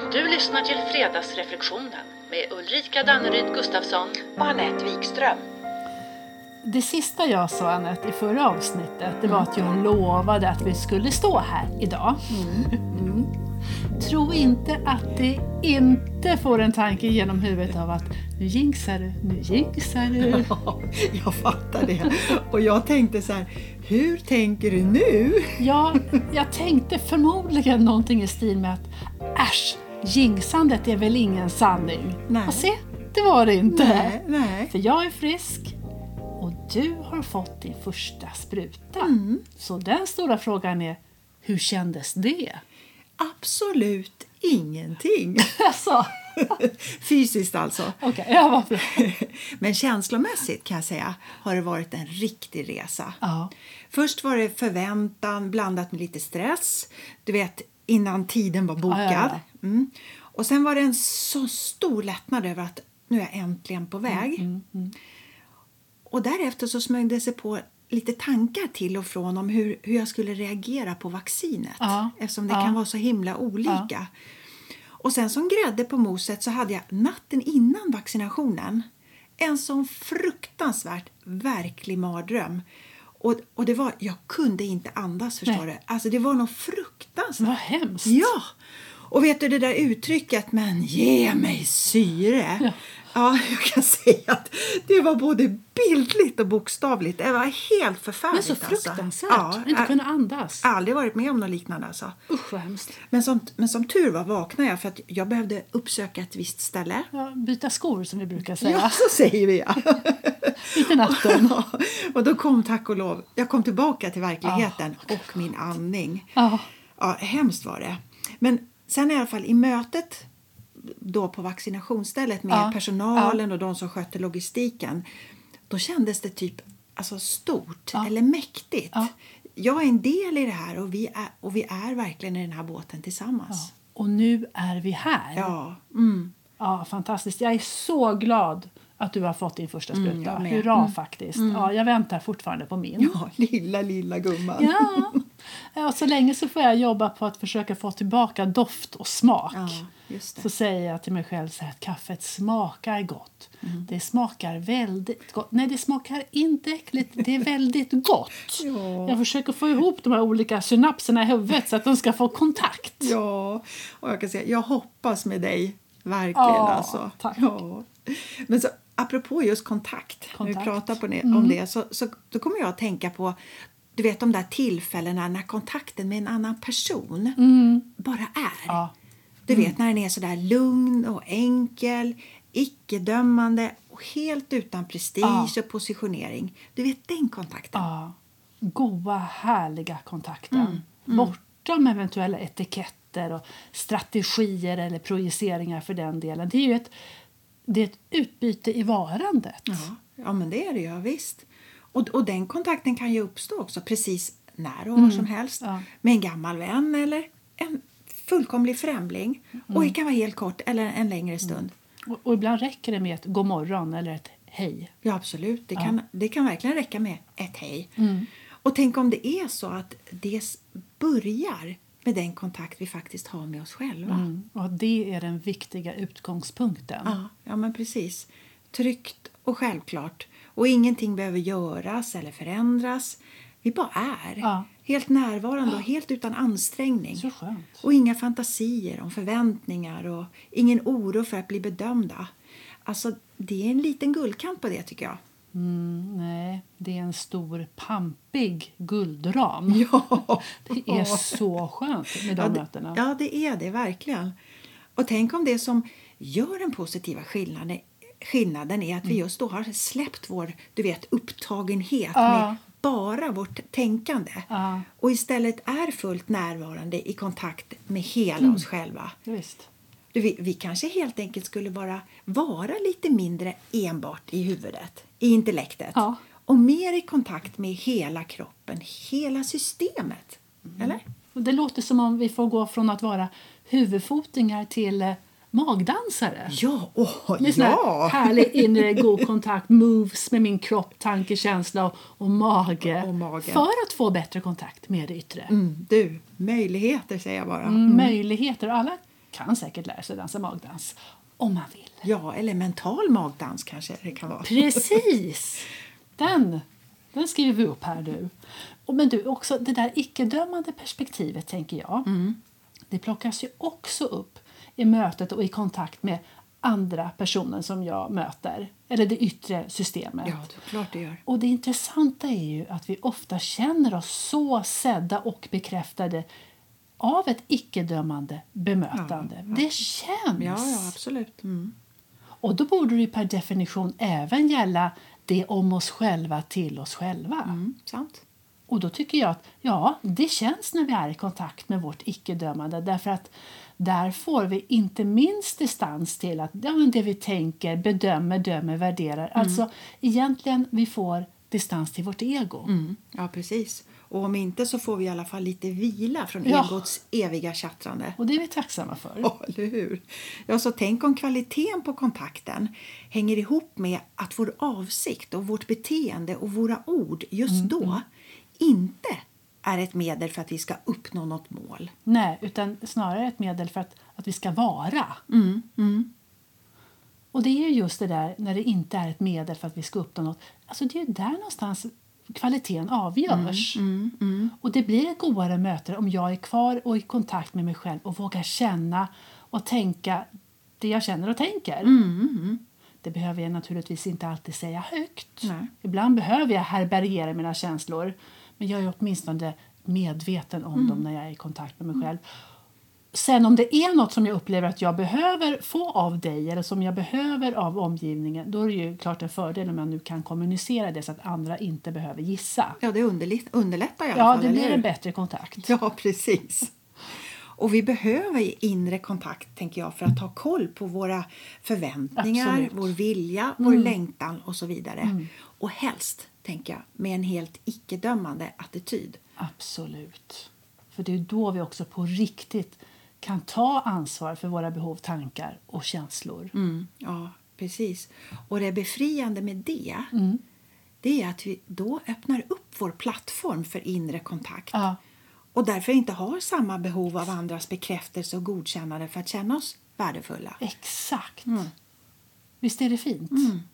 Du lyssnar till Fredagsreflektionen med Ulrika Danneryd Gustafsson och Anette Wikström. Det sista jag sa, Anette, i förra avsnittet, det var att jag lovade att vi skulle stå här idag. Tro inte att det inte får en tanke genom huvudet av att nu jinxar du. Ja, jag fattar det. Och jag tänkte så här, hur tänker du nu? Ja, jag tänkte förmodligen någonting i stil med att äsch, jinxandet är väl ingen sanning. Nej. Och se, det var det inte. Nej. För jag är frisk och du har fått din första spruta. Så den stora frågan är, hur kändes det? Absolut ingenting. Alltså. Fysiskt alltså. Okej, jag var för... Men känslomässigt kan jag säga har det varit en riktig resa. Ja. Först var det förväntan blandat med lite stress. Du vet, innan tiden var bokad. Ja. Och sen var det en så stor lättnad över att nu är jag äntligen på väg. Och därefter så smög det sig på lite tankar till och från om hur jag skulle reagera på vaccinet. Ja. Eftersom det kan vara så himla olika. Ja. Och sen som grädde på moset så hade jag natten innan vaccinationen en sån fruktansvärt verklig mardröm. Och det var, jag kunde inte andas, förstår du. Alltså det var något fruktansvärt. Vad hemskt. Ja. Och vet du det där uttrycket, men ge mig syre. Ja, jag kan säga att det var både bildligt och bokstavligt. Det var helt förfärligt. Men så fruktansvärt. Alltså. Inte kunna andas. Jag har aldrig varit med om något liknande alltså. Usch, vad hemskt. Men som tur var vaknade jag för att jag behövde uppsöka ett visst ställe. Ja, byta skor som vi brukar säga. Ja, så säger vi ja. Inte natten. Ja, och då kom tack och lov. Jag kom tillbaka till verkligheten och min andning. Ja, hemskt var det. Men sen i alla fall i mötet då på vaccinationsstället med personalen och de som skötte logistiken, då kändes det typ alltså stort eller mäktigt. Jag är en del i det här och vi är verkligen i den här båten tillsammans. Och nu är vi här. Ja, fantastiskt. Jag är så glad att du har fått din första spruta. Hurra faktiskt. Ja, jag väntar fortfarande på min. Ja, lilla gumman. Ja, och så länge så får jag jobba på att försöka få tillbaka doft och smak. Ja, just det. Så säger jag till mig själv så här, att kaffet smakar gott. Det smakar väldigt gott. Nej, det smakar inte äckligt. Det är väldigt gott. Ja. Jag försöker få ihop de här olika synapserna i huvudet så att de ska få kontakt. Ja, och jag kan säga, jag hoppas med dig. Verkligen alltså. Tack. Ja. Men så, apropå just kontakt. När vi pratar om det så då kommer jag att tänka på, du vet de där tillfällena när kontakten med en annan person bara är. Ja. Du vet när den är så där lugn och enkel, icke-dömande och helt utan prestige och positionering. Du vet den kontakten. Ja. Goda, härliga kontakten. Bortom eventuella etiketter och strategier eller projiceringar för den delen. Det är ju ett utbyte i varandet. Ja, men det är det ju, visst. Och den kontakten kan ju uppstå också precis när och var som helst. Med en gammal vän eller en fullkomlig främling. Och det kan vara helt kort eller en längre stund. Och ibland räcker det med ett god morgon eller ett hej. Ja, absolut. Det kan verkligen räcka med ett hej. Och tänk om det är så att det börjar med den kontakt vi faktiskt har med oss själva. Och det är den viktiga utgångspunkten. Ja, men precis. Tryggt och självklart. Och ingenting behöver göras eller förändras. Vi bara är. Helt närvarande och helt utan ansträngning. Så skönt. Och inga fantasier om förväntningar och ingen oro för att bli bedömda. Alltså, det är en liten guldkant på det tycker jag. Nej, det är en stor pampig guldram. Ja. Det är så skönt med de mötena. Ja, det är det verkligen. Och tänk om det som gör den positiva skillnaden är att vi just då har släppt vår, du vet, upptagenhet med bara vårt tänkande. Och istället är fullt närvarande i kontakt med hela oss själva. Visst. Vi kanske helt enkelt skulle vara lite mindre enbart i huvudet, i intellektet. Och mer i kontakt med hela kroppen, hela systemet. Eller? Det låter som om vi får gå från att vara huvudfotingar till magdansare. Ja, med sån här härlig inre god kontakt, moves med min kropp, tanke, känsla och mage. För att få bättre kontakt med det yttre. Du, möjligheter säger jag bara. Möjligheter. Alla kan säkert lära sig dansa magdans om man vill. Ja, eller mental magdans kanske det kan vara. Precis! Den skriver vi upp här nu. Men du, också det där icke-dömande perspektivet tänker jag. Det plockas ju också upp i mötet och i kontakt med andra personer som jag möter. Eller det yttre systemet. Ja, det är klart det gör. Och det intressanta är ju att vi ofta känner oss så sedda och bekräftade av ett icke-dömande bemötande. Ja. Det känns! Ja, absolut. Och då borde det ju per definition även gälla det om oss själva till oss själva. Sant. Och då tycker jag att det känns när vi är i kontakt med vårt icke-dömande. Därför att där får vi inte minst distans till att det vi tänker, bedömer, dömer, värderar. Alltså egentligen vi får distans till vårt ego. Ja, precis. Och om inte så får vi i alla fall lite vila från egots eviga tjattrande. Och det är vi tacksamma för. Ja, eller hur? Ja, så tänk om kvaliteten på kontakten hänger ihop med att vår avsikt och vårt beteende och våra ord just då inte är ett medel för att vi ska uppnå något mål. Nej, utan snarare ett medel för att vi ska vara. Och det är just det där när det inte är ett medel för att vi ska uppnå något. Alltså det är ju där någonstans kvaliteten avgörs. Och det blir ett godare möte om jag är kvar och i kontakt med mig själv och vågar känna och tänka det jag känner och tänker. Det behöver jag naturligtvis inte alltid säga högt. Nej. Ibland behöver jag härbärgera mina känslor. Men jag är åtminstone medveten om dem när jag är i kontakt med mig själv. Sen om det är något som jag upplever att jag behöver få av dig eller som jag behöver av omgivningen, då är det ju klart en fördel om jag nu kan kommunicera det så att andra inte behöver gissa. Ja, det underlättar i alla fall. Ja, det blir en bättre kontakt. Ja, precis. Och vi behöver inre kontakt, tänker jag, för att ha koll på våra förväntningar, Absolut. vår vilja, vår längtan och så vidare. Och helst, tänker jag, med en helt icke-dömande attityd. Absolut. För det är då vi också på riktigt kan ta ansvar för våra behov, tankar och känslor. Ja, precis. Och det befriande med det är att vi då öppnar upp vår plattform för inre kontakt. Ja. Och därför inte har samma behov av andras bekräftelse och godkännande för att känna oss värdefulla. Exakt. Visst är det fint?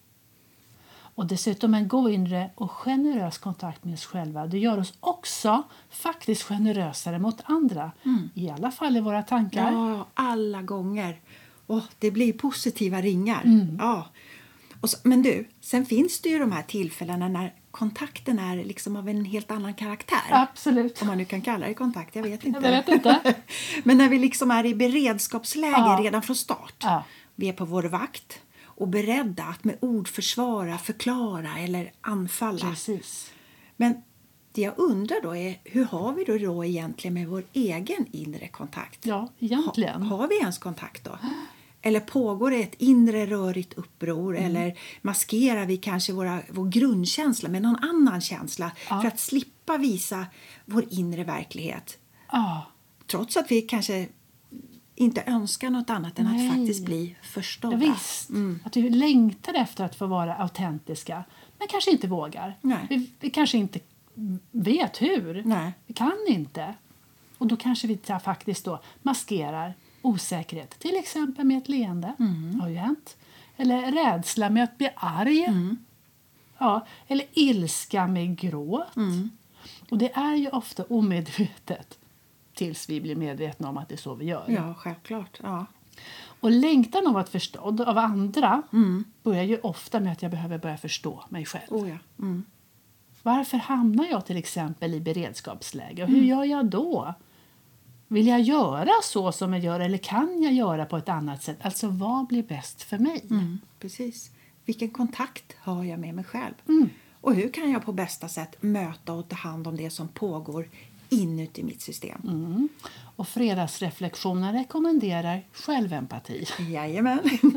Och dessutom en god inre och generös kontakt med oss själva. Det gör oss också faktiskt generösare mot andra. I alla fall i våra tankar. Ja, alla gånger. Och det blir positiva ringar. Ja. Och så, men du, sen finns det ju de här tillfällena när kontakten är liksom av en helt annan karaktär. Absolut. Om man nu kan kalla det kontakt, jag vet inte. Jag vet inte. Men när vi liksom är i beredskapsläge redan från start. Ja. Vi är på vår vakt och beredda att med ord försvara, förklara eller anfalla. Precis. Men det jag undrar då är, hur har vi då egentligen med vår egen inre kontakt? Ja, egentligen. Har vi ens kontakt då? Eller pågår det ett inre rörigt uppror? Eller maskerar vi kanske vår grundkänsla med någon annan känsla för att slippa visa vår inre verklighet? Ja. Trots att vi kanske inte önskar något annat än att faktiskt bli förstådda. Ja, visst. Att vi längtar efter att få vara autentiska. Men kanske inte vågar. Nej. Vi kanske inte vet hur. Nej. Vi kan inte. Och då kanske vi faktiskt då maskerar osäkerhet. Till exempel med ett leende. Har ju hänt. Eller rädsla med att bli arg. Ja, eller ilska med gråt. Och det är ju ofta omedvetet. Tills vi blir medvetna om att det är så vi gör. Ja, självklart. Ja. Och längtan av att förstå av andra börjar ju ofta med att jag behöver börja förstå mig själv. Oh ja. Varför hamnar jag till exempel i beredskapsläge? Och hur gör jag då? Vill jag göra så som jag gör eller kan jag göra på ett annat sätt? Alltså vad blir bäst för mig? Precis. Vilken kontakt har jag med mig själv? Och hur kan jag på bästa sätt möta och ta hand om det som pågår inuti mitt system? Och fredagsreflektionen rekommenderar självempati. Jajamän.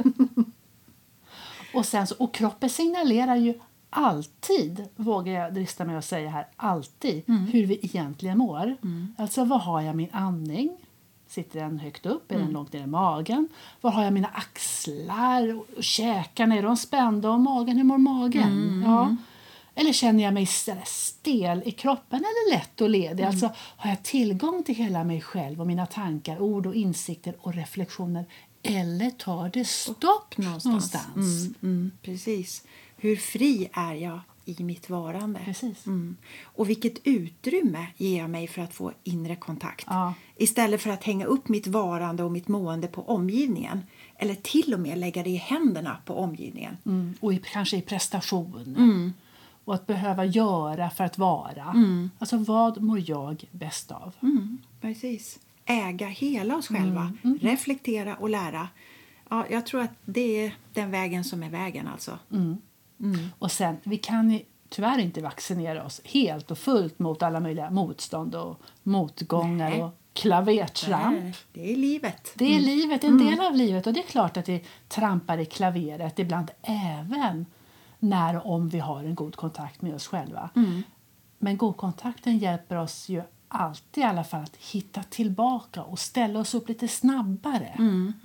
Och kroppen signalerar ju alltid, vågar jag drista mig att säga här, alltid hur vi egentligen mår. Alltså vad har jag min andning? Sitter den högt upp? Är den långt ner i magen? Var har jag mina axlar och käkarna? Är de spända? Och magen, hur mår magen? Ja. Eller känner jag mig stel i kroppen eller lätt och ledig? Alltså, har jag tillgång till hela mig själv och mina tankar, ord och insikter och reflektioner? Eller tar det stopp någonstans? Precis. Hur fri är jag i mitt varande? Precis. Och vilket utrymme ger jag mig för att få inre kontakt? Ja. Istället för att hänga upp mitt varande och mitt mående på omgivningen. Eller till och med lägga det i händerna på omgivningen. Och kanske i prestation. Och att behöva göra för att vara. Alltså vad mår jag bäst av? Precis. Äga hela oss själva. Reflektera och lära. Ja, jag tror att det är den vägen som är vägen alltså. Och sen, vi kan ju tyvärr inte vaccinera oss helt och fullt mot alla möjliga motstånd och motgångar och klavertramp. Nej, det är livet. Det är livet, en del av livet. Och det är klart att vi trampar i klaveret ibland även när och om vi har en god kontakt med oss själva. Men godkontakten hjälper oss ju alltid i alla fall att hitta tillbaka och ställa oss upp lite snabbare.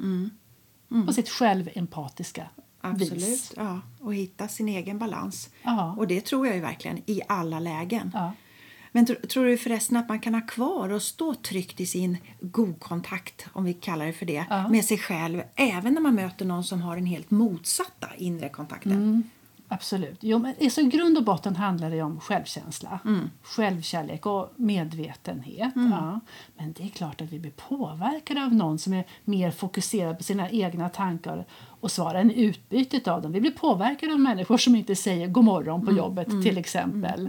På sitt självempatiska Absolut, vis. ja. Och hitta sin egen balans. Ja. Och det tror jag ju verkligen i alla lägen. Ja. Men tror du förresten att man kan ha kvar och stå tryggt i sin god kontakt, om vi kallar det för det, med sig själv, även när man möter någon som har den helt motsatta inre kontakten? Absolut. Jo, men i grund och botten handlar det om självkänsla, självkärlek och medvetenhet. Ja. Men det är klart att vi blir påverkade av någon som är mer fokuserad på sina egna tankar och svar än utbytet av dem. Vi blir påverkade av människor som inte säger god morgon på jobbet till exempel.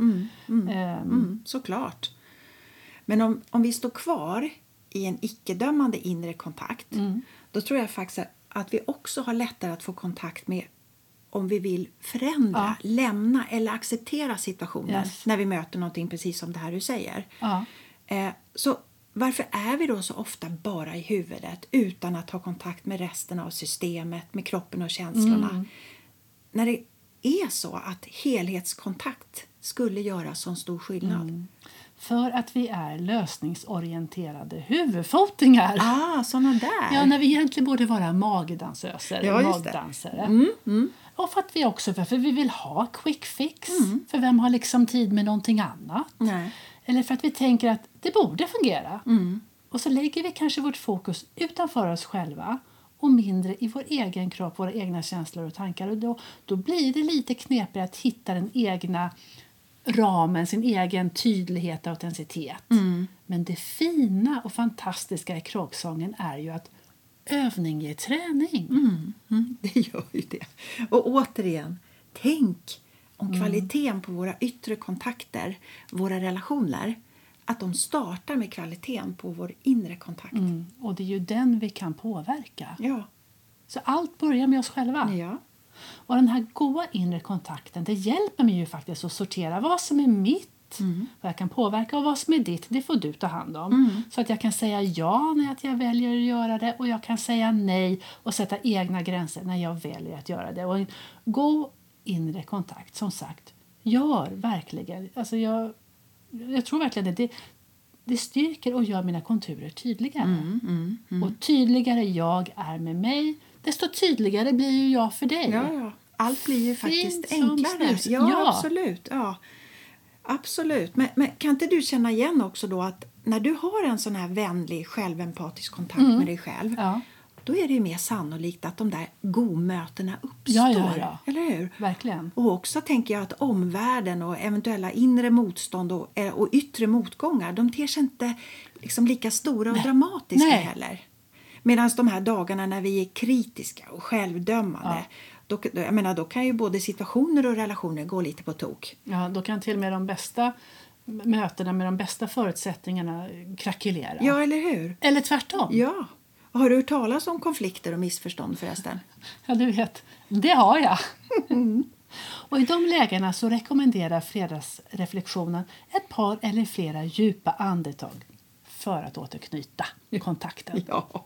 Såklart. Men om vi står kvar i en icke-dömande inre kontakt, då tror jag faktiskt att vi också har lättare att få kontakt med om vi vill förändra, lämna eller acceptera situationen när vi möter någonting precis som det här du säger. Så varför är vi då så ofta bara i huvudet utan att ha kontakt med resten av systemet, med kroppen och känslorna? När det är så att helhetskontakt skulle göra så stor skillnad. För att vi är lösningsorienterade huvudfotingar. Såna där. Ja, när vi egentligen borde vara magdansöser, magdansare. Och för att vi också för vi vill ha quick fix. För vem har liksom tid med någonting annat? Nej. Eller för att vi tänker att det borde fungera. Och så lägger vi kanske vårt fokus utanför oss själva och mindre i vår egen kropp, våra egna känslor och tankar. Och då blir det lite knepigare att hitta den egna ramen, sin egen tydlighet och autenticitet. Men det fina och fantastiska i kråksången är ju att övning ger träning. Det gör ju det. Och återigen, tänk om kvaliteten på våra yttre kontakter, våra relationer, att de startar med kvaliteten på vår inre kontakt. Och det är ju den vi kan påverka. Ja. Så allt börjar med oss själva. Ja. Och den här goda inre kontakten, det hjälper mig ju faktiskt att sortera vad som är mitt, vad jag kan påverka, och vad som är ditt, det får du ta hand om. Så att jag kan säga ja när jag väljer att göra det, och jag kan säga nej och sätta egna gränser när jag väljer att göra det. Och en god inre kontakt, som sagt, gör verkligen, alltså jag tror verkligen det styrker och gör mina konturer tydligare. Och tydligare jag är med mig, desto tydligare blir ju jag för dig. Ja. Allt blir ju faktiskt Fint som enklare. snus. Ja, absolut. Ja. Absolut. Men kan inte du känna igen också då att när du har en sån här vänlig, självempatisk kontakt med dig själv, då är det ju mer sannolikt att de där godmötena uppstår. Ja. Eller hur? Verkligen. Och också tänker jag att omvärlden och eventuella inre motstånd och yttre motgångar, de ter sig inte liksom lika stora och dramatiska heller. Medan de här dagarna när vi är kritiska och självdömande, då kan ju både situationer och relationer gå lite på tok. Ja, då kan till och med de bästa mötena med de bästa förutsättningarna krackelera. Ja, eller hur? Eller tvärtom. Ja. Har du hört talas om konflikter och missförstånd förresten? Ja, du vet. Det har jag. Och i de lägena så rekommenderar fredagsreflektionen ett par eller flera djupa andetag för att återknyta kontakten.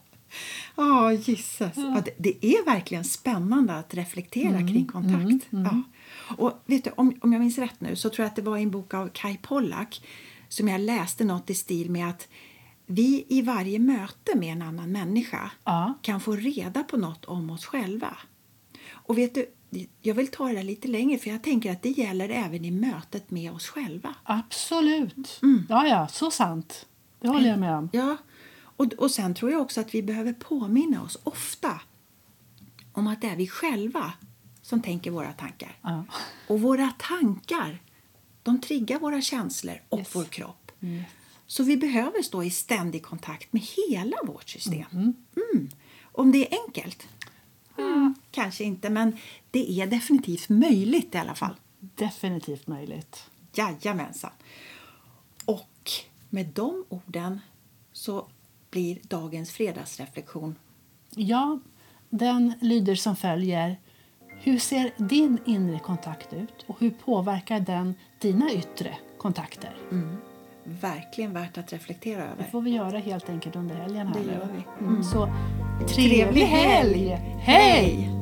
Ja, gissas. Ja, det är verkligen spännande att reflektera kring kontakt. Ja. Och vet du, om jag minns rätt nu så tror jag att det var en bok av Kai Pollak som jag läste något i stil med att vi i varje möte med en annan människa kan få reda på något om oss själva. Och vet du, jag vill ta det lite längre, för jag tänker att det gäller även i mötet med oss själva. Absolut. Ja, så sant. Det håller jag med om. Ja, och sen tror jag också att vi behöver påminna oss ofta om att det är vi själva som tänker våra tankar. Ja. Och våra tankar, de triggar våra känslor och vår kropp. Så vi behöver stå i ständig kontakt med hela vårt system. Om det är enkelt? Kanske inte, men det är definitivt möjligt i alla fall. Definitivt möjligt. Jajamensan. Och med de orden så blir dagens fredagsreflektion. Ja, den lyder som följer. Hur ser din inre kontakt ut och hur påverkar den dina yttre kontakter? Verkligen värt att reflektera över. Det får vi göra helt enkelt under helgen här. Det gör vi. Så trevlig helg! Hej!